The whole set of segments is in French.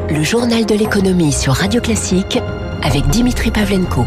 le journal de l'économie sur Radio Classique avec Dimitri Pavlenko.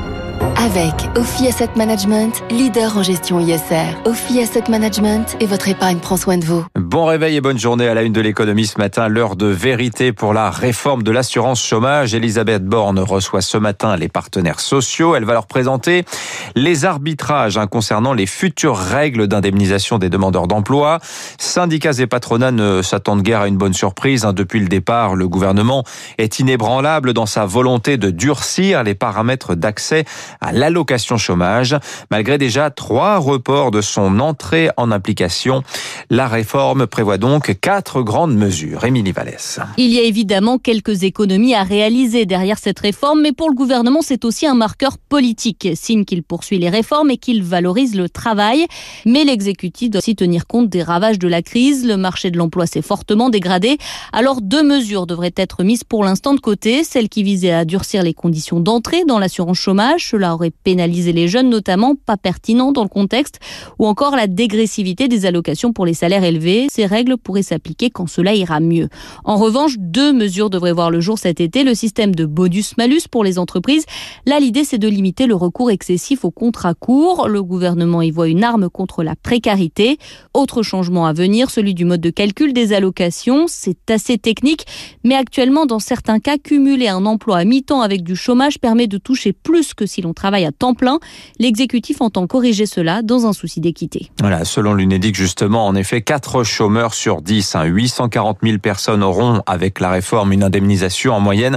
Avec Ophi Asset Management, leader en gestion ISR. Ophi Asset Management et votre épargne prend soin de vous. Bon réveil et bonne journée à la une de l'économie ce matin. L'heure de vérité pour la réforme de l'assurance chômage. Elisabeth Borne reçoit ce matin les partenaires sociaux. Elle va leur présenter les arbitrages concernant les futures règles d'indemnisation des demandeurs d'emploi. Syndicats et patronats ne s'attendent guère à une bonne surprise. Depuis le départ, le gouvernement est inébranlable dans sa volonté de durcir les paramètres d'accès à l'allocation chômage. Malgré déjà 3 reports de son entrée en application, la réforme prévoit donc 4 grandes mesures. Émilie Vallès. Il y a évidemment quelques économies à réaliser derrière cette réforme, mais pour le gouvernement, c'est aussi un marqueur politique, signe qu'il poursuit les réformes et qu'il valorise le travail. Mais l'exécutif doit aussi tenir compte des ravages de la crise. Le marché de l'emploi s'est fortement dégradé. Alors 2 mesures devraient être mises pour l'instant de côté. Celle qui visait à durcir les conditions d'entrée dans l'assurance chômage. Cela aurait pénalisé les jeunes, notamment pas pertinent dans le contexte, ou encore la dégressivité des allocations pour les salaires élevés. Ces règles pourraient s'appliquer quand cela ira mieux. En revanche, 2 mesures devraient voir le jour cet été. Le système de bonus-malus pour les entreprises. Là, l'idée, c'est de limiter le recours excessif aux contrats courts. Le gouvernement y voit une arme contre la précarité. Autre changement à venir, celui du mode de calcul des allocations. C'est assez technique, mais actuellement, dans certains cas, cumuler un emploi à mi-temps avec du chômage permet de toucher plus que si l'on travaille à temps plein. L'exécutif entend corriger cela dans un souci d'équité. Voilà, selon l'UNEDIC, justement, en effet, 4 chômeurs sur 10, 840 000 personnes auront, avec la réforme, une indemnisation en moyenne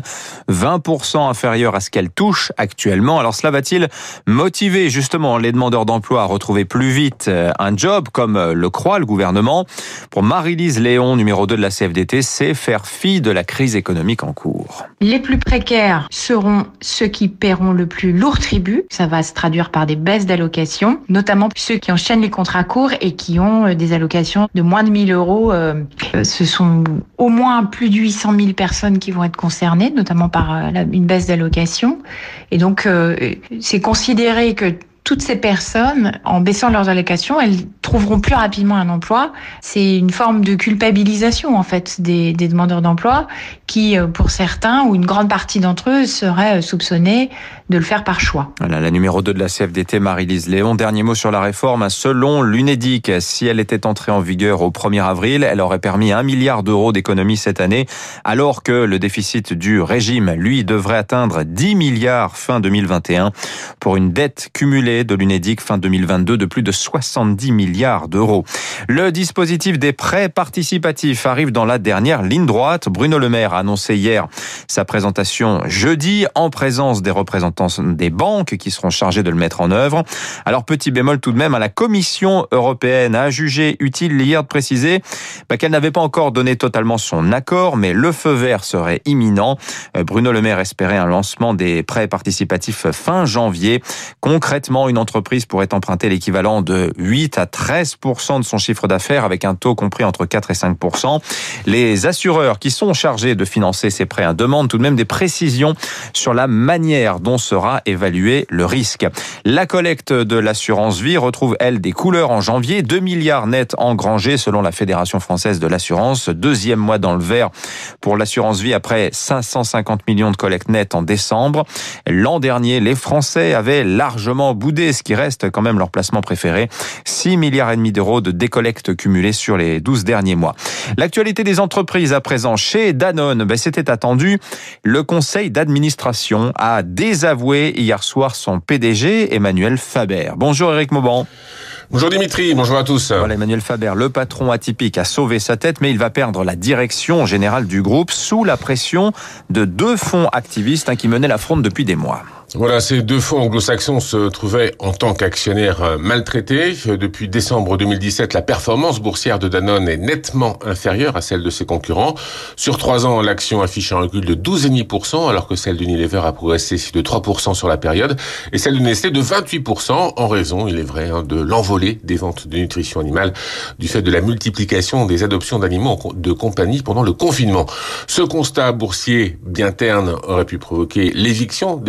20% inférieure à ce qu'elles touchent actuellement. Alors cela va-t-il motiver justement les demandeurs d'emploi à retrouver plus vite un job, comme le croit le gouvernement? Pour Marie-Lise Léon, numéro 2 de la CFDT, c'est faire fi de la crise économique en cours. Les plus précaires seront ceux qui paieront le plus lourd tribut. Ça va se traduire par des baisses d'allocations, notamment ceux qui enchaînent les contrats courts et qui ont des allocations de moins de 1 000 euros. Ce sont au moins plus de 800 000 personnes qui vont être concernées, notamment par une baisse d'allocation. Et donc, c'est considéré que toutes ces personnes, en baissant leurs allocations, elles trouveront plus rapidement un emploi. C'est une forme de culpabilisation, en fait, des demandeurs d'emploi qui, pour certains, ou une grande partie d'entre eux, seraient soupçonnés de le faire par choix. Voilà, la numéro 2 de la CFDT, Marie-Lise Léon. Dernier mot sur la réforme. Selon l'UNEDIC, si elle était entrée en vigueur au 1er avril, elle aurait permis 1 milliard d'euros d'économies cette année, alors que le déficit du régime, lui, devrait atteindre 10 milliards fin 2021 pour une dette cumulée de l'UNEDIC fin 2022 de plus de 70 milliards d'euros. Le dispositif des prêts participatifs arrive dans la dernière ligne droite. Bruno Le Maire a annoncé hier sa présentation jeudi en présence des représentants des banques qui seront chargés de le mettre en œuvre. Alors petit bémol tout de même, la Commission européenne a jugé utile hier de préciser qu'elle n'avait pas encore donné totalement son accord, mais le feu vert serait imminent. Bruno Le Maire espérait un lancement des prêts participatifs fin janvier. Concrètement, une entreprise pourrait emprunter l'équivalent de 8 à 13% de son chiffre d'affaires avec un taux compris entre 4 et 5%. Les assureurs qui sont chargés de financer ces prêts demandent tout de même des précisions sur la manière dont sera évalué le risque. La collecte de l'assurance vie retrouve, elle, des couleurs en janvier. 2 milliards nets engrangés selon la Fédération française de l'assurance. 2e mois dans le vert pour l'assurance vie après 550 millions de collectes nettes en décembre. L'an dernier, les Français avaient largement boudé, ce qui reste quand même leur placement préféré. 6 milliards et demi d'euros de décollecte cumulés sur les 12 derniers mois. L'actualité des entreprises à présent chez Danone, c'était attendu. Le conseil d'administration a désavoué hier soir son PDG, Emmanuel Faber. Bonjour Éric Mauban. Bonjour Dimitri, bonjour à tous. Voilà, Emmanuel Faber, le patron atypique, a sauvé sa tête, mais il va perdre la direction générale du groupe sous la pression de 2 fonds activistes qui menaient la fronde depuis des mois. Voilà, ces 2 fonds anglo-saxons se trouvaient en tant qu'actionnaires maltraités. Depuis décembre 2017, la performance boursière de Danone est nettement inférieure à celle de ses concurrents. Sur 3 ans, l'action affiche un recul de 12,5%, alors que celle d'Unilever a progressé de 3% sur la période, et celle de Nestlé de 28%, en raison, il est vrai, de l'envolée des ventes de nutrition animale du fait de la multiplication des adoptions d'animaux de compagnie pendant le confinement. Ce constat boursier bien terne aurait pu provoquer l'éviction d'Emmanuel Faber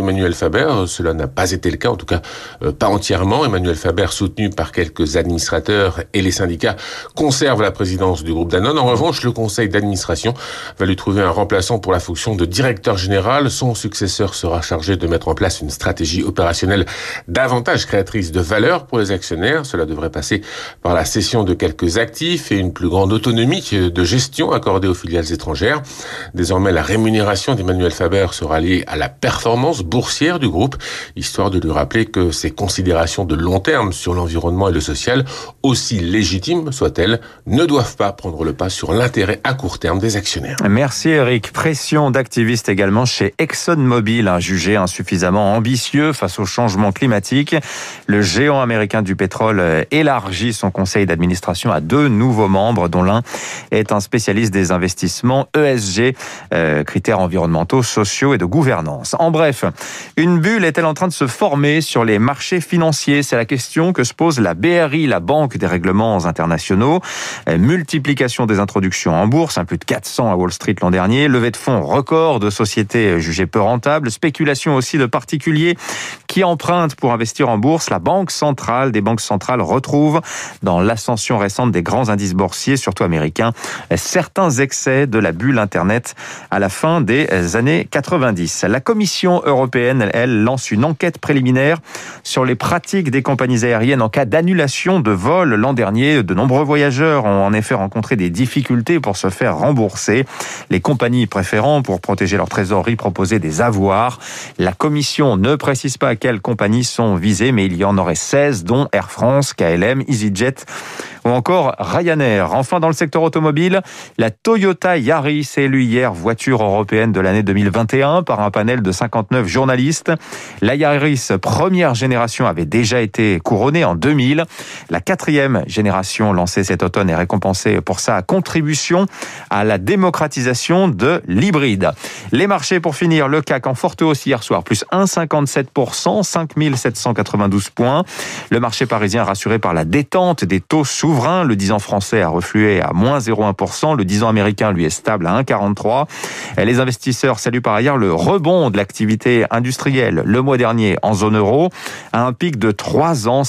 Faber. Cela n'a pas été le cas, en tout cas pas entièrement. Emmanuel Faber, soutenu par quelques administrateurs et les syndicats, conserve la présidence du groupe Danone. En revanche, le conseil d'administration va lui trouver un remplaçant pour la fonction de directeur général. Son successeur sera chargé de mettre en place une stratégie opérationnelle davantage créatrice de valeur pour les actionnaires. Cela devrait passer par la cession de quelques actifs et une plus grande autonomie de gestion accordée aux filiales étrangères. Désormais, la rémunération d'Emmanuel Faber sera liée à la performance boursière du groupe, histoire de lui rappeler que ces considérations de long terme sur l'environnement et le social, aussi légitimes soient-elles, ne doivent pas prendre le pas sur l'intérêt à court terme des actionnaires. Merci Eric. Pression d'activistes également chez ExxonMobil, jugé insuffisamment ambitieux face au changement climatique. Le géant américain du pétrole élargit son conseil d'administration à 2 nouveaux membres, dont l'un est un spécialiste des investissements ESG, critères environnementaux, sociaux et de gouvernance. En bref, une bulle est-elle en train de se former sur les marchés financiers? C'est la question que se pose la BRI, la Banque des règlements internationaux. Multiplication des introductions en bourse, plus de 400 à Wall Street l'an dernier. Levée de fonds record de sociétés jugées peu rentables. Spéculation aussi de particuliers qui empruntent pour investir en bourse. La Banque centrale des banques centrales retrouve dans l'ascension récente des grands indices boursiers, surtout américains, certains excès de la bulle Internet à la fin des années 90. La Commission européenne, elle, lance une enquête préliminaire sur les pratiques des compagnies aériennes en cas d'annulation de vol. L'an dernier, de nombreux voyageurs ont en effet rencontré des difficultés pour se faire rembourser. Les compagnies préférant, pour protéger leur trésorerie, proposer des avoirs. La Commission ne précise pas quelles compagnies sont visées, mais il y en aurait 16, dont Air France, KLM, EasyJet ou encore Ryanair. Enfin, dans le secteur automobile, la Toyota Yaris est élue hier voiture européenne de l'année 2021 par un panel de 59 journalistes. La Yaris première génération avait déjà été couronnée en 2000. La 4e génération lancée cet automne est récompensée pour sa contribution à la démocratisation de l'hybride. Les marchés pour finir, le CAC en forte hausse hier soir, plus 1,57%, 5792 points. Le marché parisien rassuré par la détente des taux souverains. Le 10 ans français a reflué à moins 0,1%. Le 10 ans américain, lui, est stable à 1,43. Les investisseurs saluent par ailleurs le rebond de l'activité industrielle le mois dernier en zone euro à un pic de 3 ans,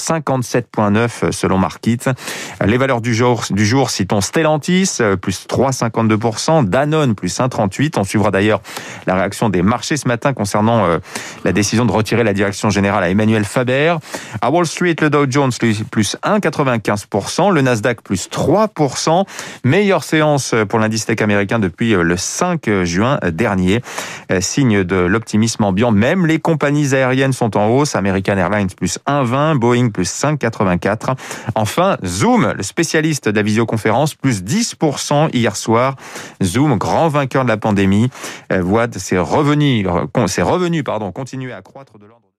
57,9 selon Markit. Les valeurs du jour, citons Stellantis, plus 3,52%, Danone, plus 1,38%. On suivra d'ailleurs la réaction des marchés ce matin concernant la décision de retirer la direction générale à Emmanuel Faber. À Wall Street, le Dow Jones, plus 1,95%, le Nasdaq, plus 3%. Meilleure séance pour l'indice tech américain depuis le 5 juin dernier. Signe de l'optimisme ambiant. Même les compagnies aériennes sont en hausse. American Airlines, plus 1,20%, Boeing, plus 5,84%. Enfin, Zoom, le spécialiste de la visioconférence, plus 10% hier soir. Zoom, grand vainqueur de la pandémie, voit ses revenus continuer à croître de l'ordre